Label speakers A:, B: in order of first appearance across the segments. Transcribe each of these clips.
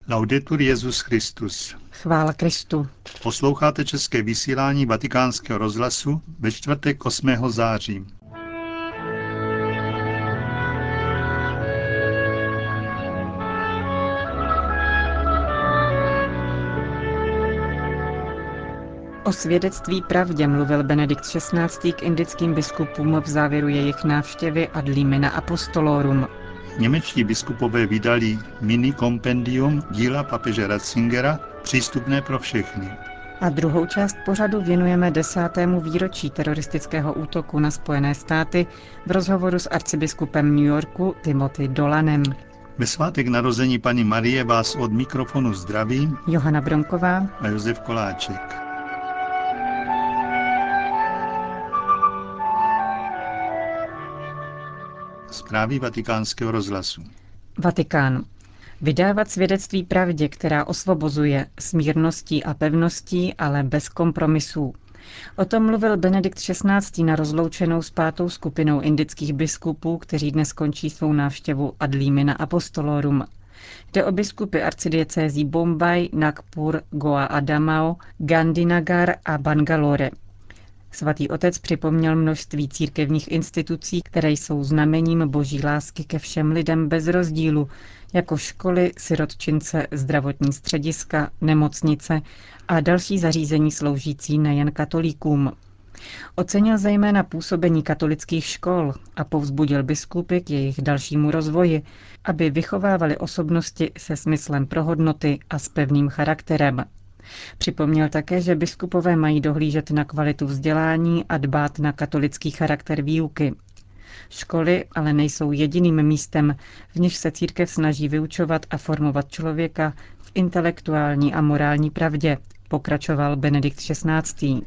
A: Laudetur Jesus Christus.
B: Chvála Kristu.
A: Posloucháte české vysílání Vatikánského rozhlasu ve čtvrtek 8. září.
B: O svědectví pravdě mluvil Benedikt XVI. K indickým biskupům v závěru jejich návštěvy ad limina apostolorum.
A: Němečtí biskupové vydali mini kompendium díla papeže Ratzingera, přístupné pro všechny.
B: A druhou část pořadu věnujeme 10. výročí teroristického útoku na Spojené státy v rozhovoru s arcibiskupem New Yorku Timothy Dolanem.
A: Ve svátek narození Panny Marie vás od mikrofonu zdraví
B: Johana Bronková
A: a Josef Koláček. Zprávy Vatikánského rozhlasu.
B: Vatikán. Vydávat svědectví pravdě, která osvobozuje smírností a pevností, ale bez kompromisů. O tom mluvil Benedikt XVI. Na rozloučenou s 5. skupinou indických biskupů, kteří dnes končí svou návštěvu ad limina apostolorum. Jde o biskupy arcidiecézí Bombaj, Nagpur, Goa a Damao, Gandhinagar a Bangalore. Svatý otec připomněl množství církevních institucí, které jsou znamením boží lásky ke všem lidem bez rozdílu, jako školy, sirotčince, zdravotní střediska, nemocnice a další zařízení sloužící nejen katolíkům. Ocenil zejména působení katolických škol a povzbudil biskupy k jejich dalšímu rozvoji, aby vychovávali osobnosti se smyslem pro hodnoty a s pevným charakterem. Připomněl také, že biskupové mají dohlížet na kvalitu vzdělání a dbát na katolický charakter výuky. Školy ale nejsou jediným místem, v něž se církev snaží vyučovat a formovat člověka v intelektuální a morální pravdě, pokračoval Benedikt XVI.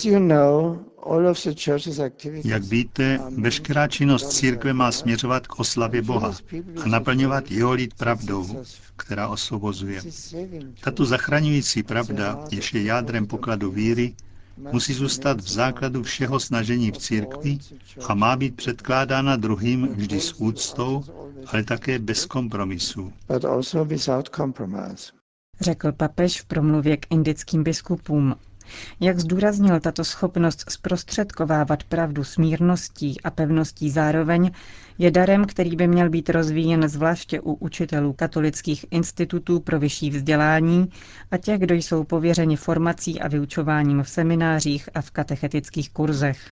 A: Jak víte, veškerá činnost církve má směřovat k oslavě Boha a naplňovat jeho lid pravdou, která osvobozuje. Tato zachraňující pravda, jež je jádrem pokladu víry, musí zůstat v základu všeho snažení v církvi a má být předkládána druhým vždy s úctou, ale také bez kompromisů.
B: Řekl papež v promluvě k indickým biskupům. Jak zdůraznil, tato schopnost zprostředkovávat pravdu smírností a pevností zároveň je darem, který by měl být rozvíjen zvláště u učitelů katolických institutů pro vyšší vzdělání a těch, kdo jsou pověřeni formací a vyučováním v seminářích a v katechetických kurzech.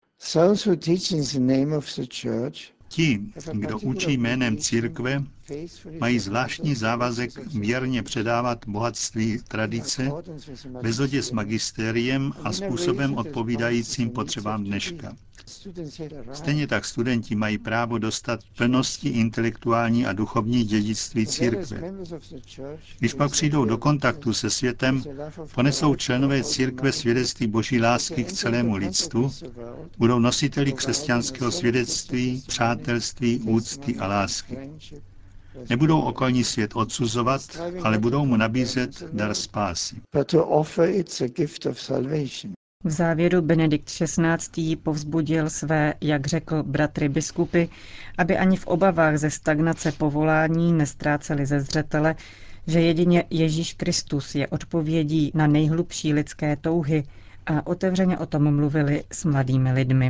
A: Ti, kdo učí jménem církve, mají zvláštní závazek věrně předávat bohatství tradice ve shodě s magistériem a způsobem odpovídajícím potřebám dneška. Stejně tak studenti mají právo dostat plnosti intelektuální a duchovní dědictví církve. Když pak přijdou do kontaktu se světem, ponesou členové církve svědectví boží lásky k celému lidstvu, budou nositeli křesťanského svědectví, přátelství, úcty a lásky. Nebudou okolní svět odsuzovat, ale budou mu nabízet dar spásy.
B: V závěru Benedikt XVI. Povzbudil své, jak řekl, bratry biskupy, aby ani v obavách ze stagnace povolání nestráceli ze zřetele, že jedině Ježíš Kristus je odpovědí na nejhlubší lidské touhy a otevřeně o tom mluvili s mladými lidmi.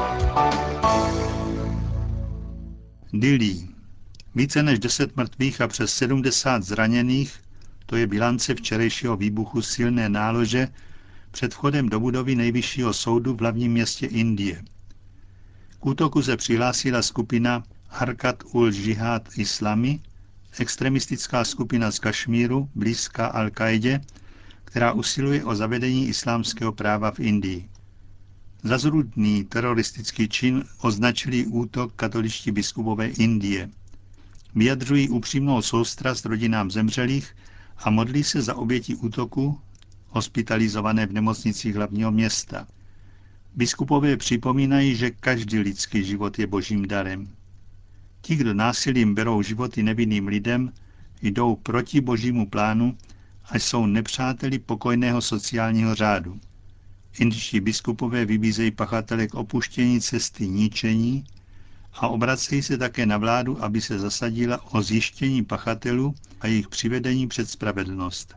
A: Dillí. Více než 10 mrtvých a přes 70 zraněných, to je bilance včerejšího výbuchu silné nálože před vchodem do budovy nejvyššího soudu v hlavním městě Indie. K útoku se přihlásila skupina Harkat ul Jihad Islami, extremistická skupina z Kašmíru, blízká Al-Kaidě, která usiluje o zavedení islámského práva v Indii. Za zrůdný teroristický čin označili útok katoličtí biskupové Indie. Vyjadřují upřímnou soustrast rodinám zemřelých a modlí se za oběti útoku, hospitalizované v nemocnicích hlavního města. Biskupové připomínají, že každý lidský život je božím darem. Ti, kdo násilím berou životy nevinným lidem, jdou proti božímu plánu a jsou nepřáteli pokojného sociálního řádu. Indičtí biskupové vybízejí pachatele k opuštění cesty ničení a obracejí se také na vládu, aby se zasadila o zjištění pachatelů a jejich přivedení před spravedlnost.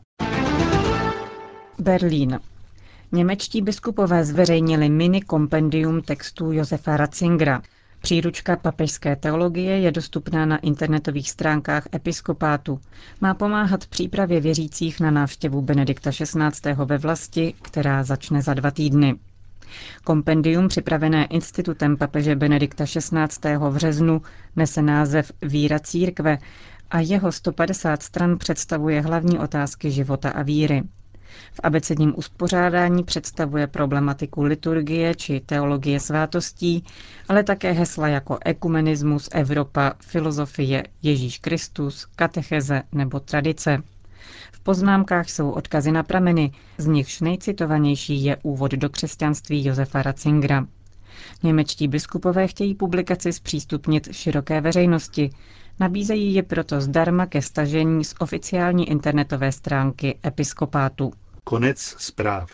B: Berlín. Němečtí biskupové zveřejnili mini kompendium textů Josefa Ratzingera. Příručka papežské teologie je dostupná na internetových stránkách episkopátu. Má pomáhat přípravě věřících na návštěvu Benedikta XVI. Ve vlasti, která začne za 2 týdny. Kompendium připravené institutem papeže Benedikta XVI. V březnu nese název Víra církve a jeho 150 stran představuje hlavní otázky života a víry. V abecedním uspořádání představuje problematiku liturgie či teologie svátostí, ale také hesla jako ekumenismus, Evropa, filozofie, Ježíš Kristus, katecheze nebo tradice. V poznámkách jsou odkazy na prameny, z nichž nejcitovanější je úvod do křesťanství Josefa Ratzingera. Němečtí biskupové chtějí publikaci zpřístupnit široké veřejnosti. Nabízejí je proto zdarma ke stažení z oficiální internetové stránky episkopátu.
A: Konec zpráv.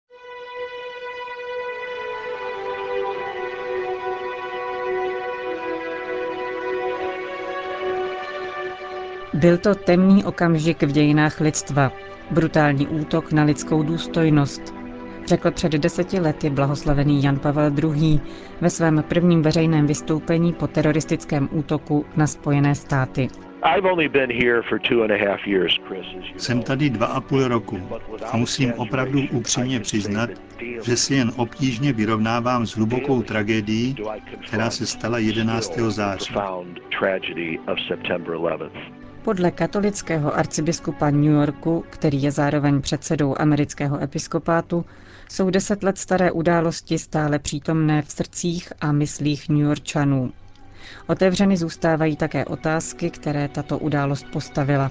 B: Byl to temný okamžik v dějinách lidstva, brutální útok na lidskou důstojnost, řekl před 10 lety blahoslavený Jan Pavel II. Ve svém prvním veřejném vystoupení po teroristickém útoku na Spojené státy.
A: Jsem tady 2,5 roku a musím opravdu upřímně přiznat, že si jen obtížně vyrovnávám s hlubokou tragédií, která se stala 11. září.
B: Podle katolického arcibiskupa New Yorku, který je zároveň předsedou amerického episkopátu, jsou 10 let staré události stále přítomné v srdcích a myslích Newyorčanů. Otevřeny zůstávají také otázky, které tato událost postavila.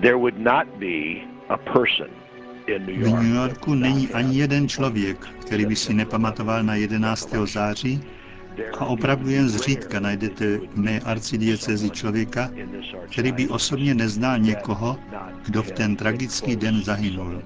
A: V New Yorku není ani jeden člověk, který by si nepamatoval na 11. září a opravdu jen zřídka najdete v mé arcidiecézi člověka, který by osobně neznal někoho, kdo v ten tragický den zahynul.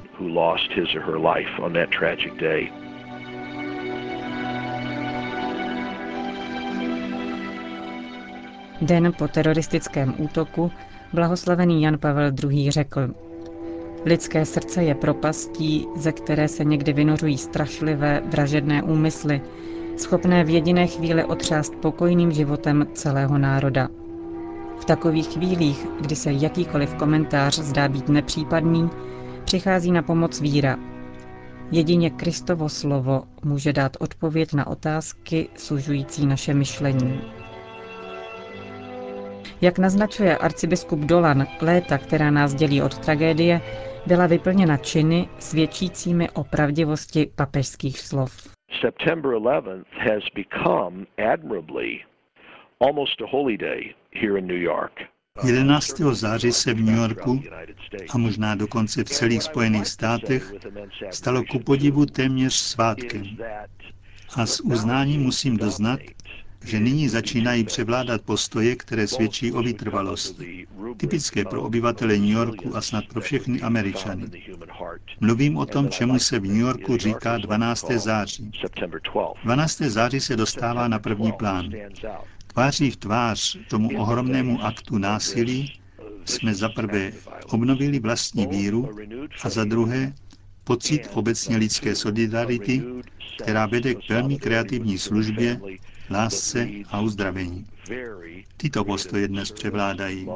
B: Den po teroristickém útoku blahoslavený Jan Pavel II. Řekl: lidské srdce je propastí, ze které se někdy vynořují strašlivé, vražedné úmysly, schopné v jediné chvíli otřást pokojným životem celého národa. V takových chvílích, kdy se jakýkoliv komentář zdá být nepřípadný, přichází na pomoc víra. Jedině Kristovo slovo může dát odpověď na otázky sužující naše myšlení. Jak naznačuje arcibiskup Dolan, léta, která nás dělí od tragédie, byla vyplněna činy svědčícími o pravdivosti papežských slov.
C: September 11th has become admirably almost a holy day here in New York.
A: 11. září se v New Yorku a možná dokonce v celých Spojených státech stalo ku podivu téměř svátkem. A s uznáním musím doznat, že nyní začínají převládat postoje, které svědčí o vytrvalosti. Typické pro obyvatele New Yorku a snad pro všechny Američany. Mluvím o tom, čemu se v New Yorku říká 12. září. 12. září se dostává na první plán. Tváří v tvář tomu ohromnému aktu násilí jsme za prvé obnovili vlastní víru a za druhé pocit obecně lidské solidarity, která vede k velmi kreativní službě, lásce a uzdravení. Tyto postoje dnes převládají.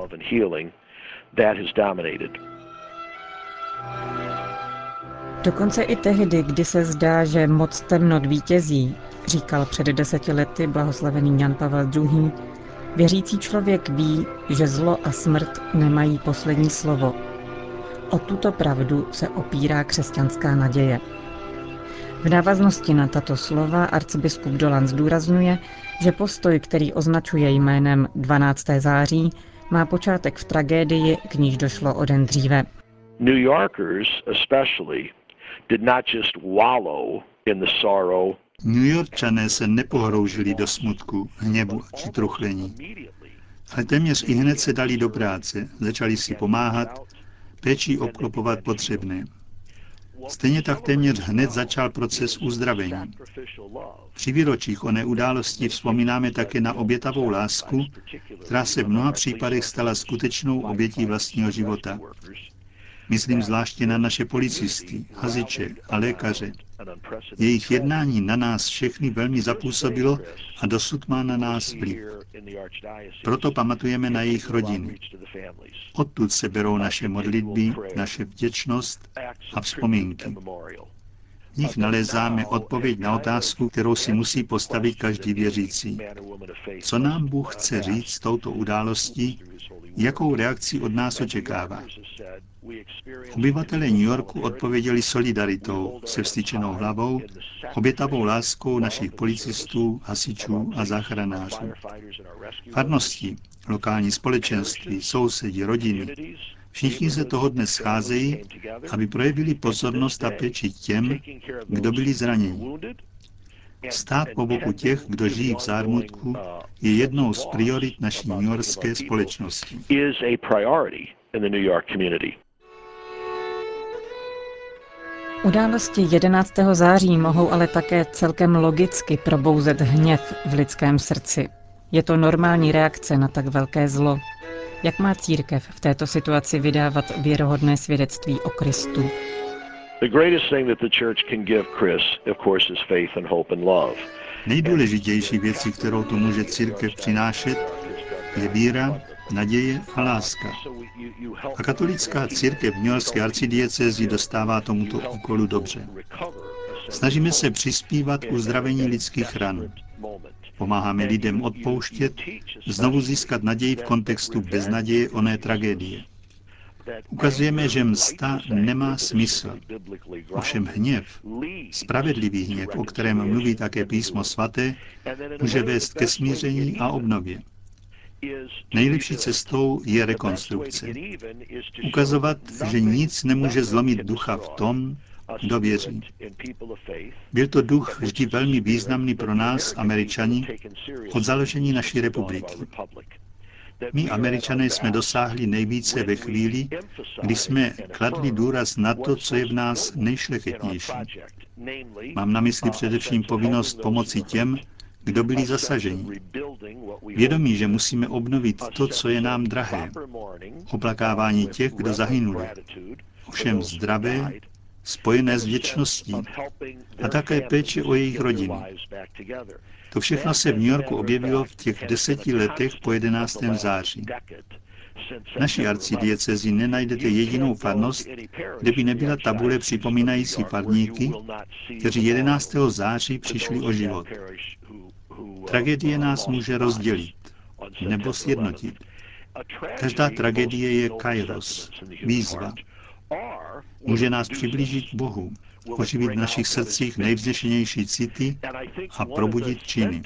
B: Dokonce i tehdy, kdy se zdá, že moc temnot vítězí, říkal před 10 lety blahoslavený Jan Pavel II., věřící člověk ví, že zlo a smrt nemají poslední slovo. O tuto pravdu se opírá křesťanská naděje. V návaznosti na tato slova arcibiskup Dolan zdůrazňuje, že postoj, který označuje jménem 12. září, má počátek v tragédii, k níž došlo o den dříve.
C: New Yorkers especially did not just wallow in the sorrow.
A: New Yorkčané se nepohroužili do smutku, hněvu či truchlení, ale téměř i hned se dali do práce, začali si pomáhat, péčí obklopovat potřebné. Stejně tak téměř hned začal proces uzdravení. Při výročích oné události vzpomínáme také na obětavou lásku, která se v mnoha případech stala skutečnou obětí vlastního života. Myslím zvláště na naše policisty, hasiče a lékaře. Jejich jednání na nás všechny velmi zapůsobilo a dosud má na nás vliv. Proto pamatujeme na jejich rodiny. Odtud se berou naše modlitby, naše vděčnost a vzpomínky. V nich nalézáme odpověď na otázku, kterou si musí postavit každý věřící. Co nám Bůh chce říct touto událostí, jakou reakci od nás očekává? Obyvatelé New Yorku odpověděli solidaritou, se vztyčenou hlavou, obětavou láskou našich policistů, hasičů a záchranářů. Farnosti, lokální společenství, sousedi, rodiny, všichni se toho dnes scházejí, aby projevili pozornost a péči těm, kdo byli zraněni. Stát po boku těch, kdo žijí v zármutku, je jednou z priorit naší newyorské společnosti.
B: Události 11. září mohou ale také celkem logicky probouzet hněv v lidském srdci. Je to normální reakce na tak velké zlo. Jak má církev v této situaci vydávat věrohodné svědectví o Kristu?
A: Nejdůležitější věcí, kterou tu může církev přinášet, je víra, naděje a láska. A katolická církev v newyorské arcidiecézi dostává tomuto úkolu dobře. Snažíme se přispívat k uzdravení lidských ran. Pomáháme lidem odpouštět, znovu získat naději v kontextu beznaděje oné tragédie. Ukazujeme, že msta nemá smysl. Ovšem hněv, spravedlivý hněv, o kterém mluví také Písmo svaté, může vést ke smíření a obnově. Nejlepší cestou je rekonstrukce. Ukazovat, že nic nemůže zlomit ducha v tom, kdo věří. Byl to duch vždy velmi významný pro nás, Američani, od založení naší republiky. My, Američané, jsme dosáhli nejvíce ve chvíli, kdy jsme kladli důraz na to, co je v nás nejšlechetnější. Mám na mysli především povinnost pomoci těm, kdo byli zasaženi. Vědomí, že musíme obnovit to, co je nám drahé. Oplakávání těch, kdo zahynuli. Ovšem zdravé, spojené s vděčností a také péče o jejich rodiny. To všechno se v New Yorku objevilo v těch 10 letech po 11. září. V naší arcidiecezi nenajdete jedinou farnost, kde by nebyla tabule připomínající farníky, kteří 11. září přišli o život. Tragédie nás může rozdělit nebo sjednotit. Každá tragédie je kairos, výzva. Může nás přiblížit k Bohu, oživit v našich srdcích nejvznešenější city a probudit činy.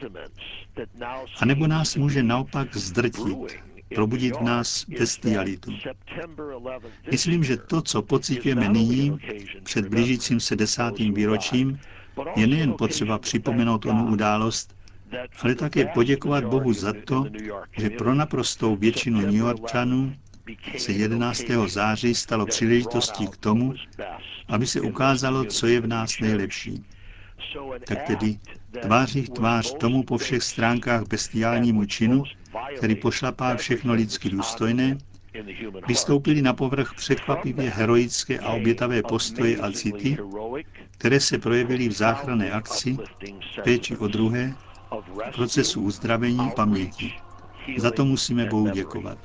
A: A nebo nás může naopak zdrtit, probudit v nás bestialitu. Myslím, že to, co pociťujeme nyní, před blížícím se 10. výročím, je nejen potřeba připomenout onu událost, ale také poděkovat Bohu za to, že pro naprostou většinu New Yorkčanů se 11. září stalo příležitostí k tomu, aby se ukázalo, co je v nás nejlepší. Tak tedy tváří v tvář tomu po všech stránkách bestiálnímu činu, který pošlapal všechno lidsky důstojné, vystoupili na povrch překvapivě heroické a obětavé postoje a city, které se projevily v záchranné akci, péči o druhé, procesu uzdravení paměti. Za to musíme Bohu děkovat.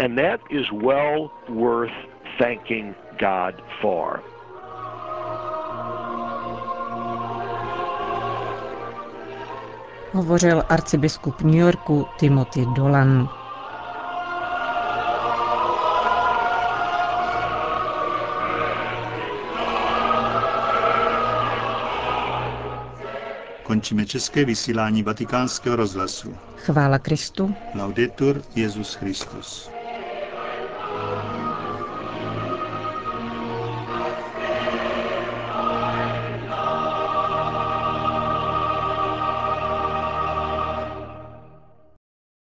B: Hovořil arcibiskup New Yorku Timothy Dolan.
A: Končíme české vysílání Vatikánského rozhlasu.
B: Chvála Kristu.
A: Laudetur Jesus Christus.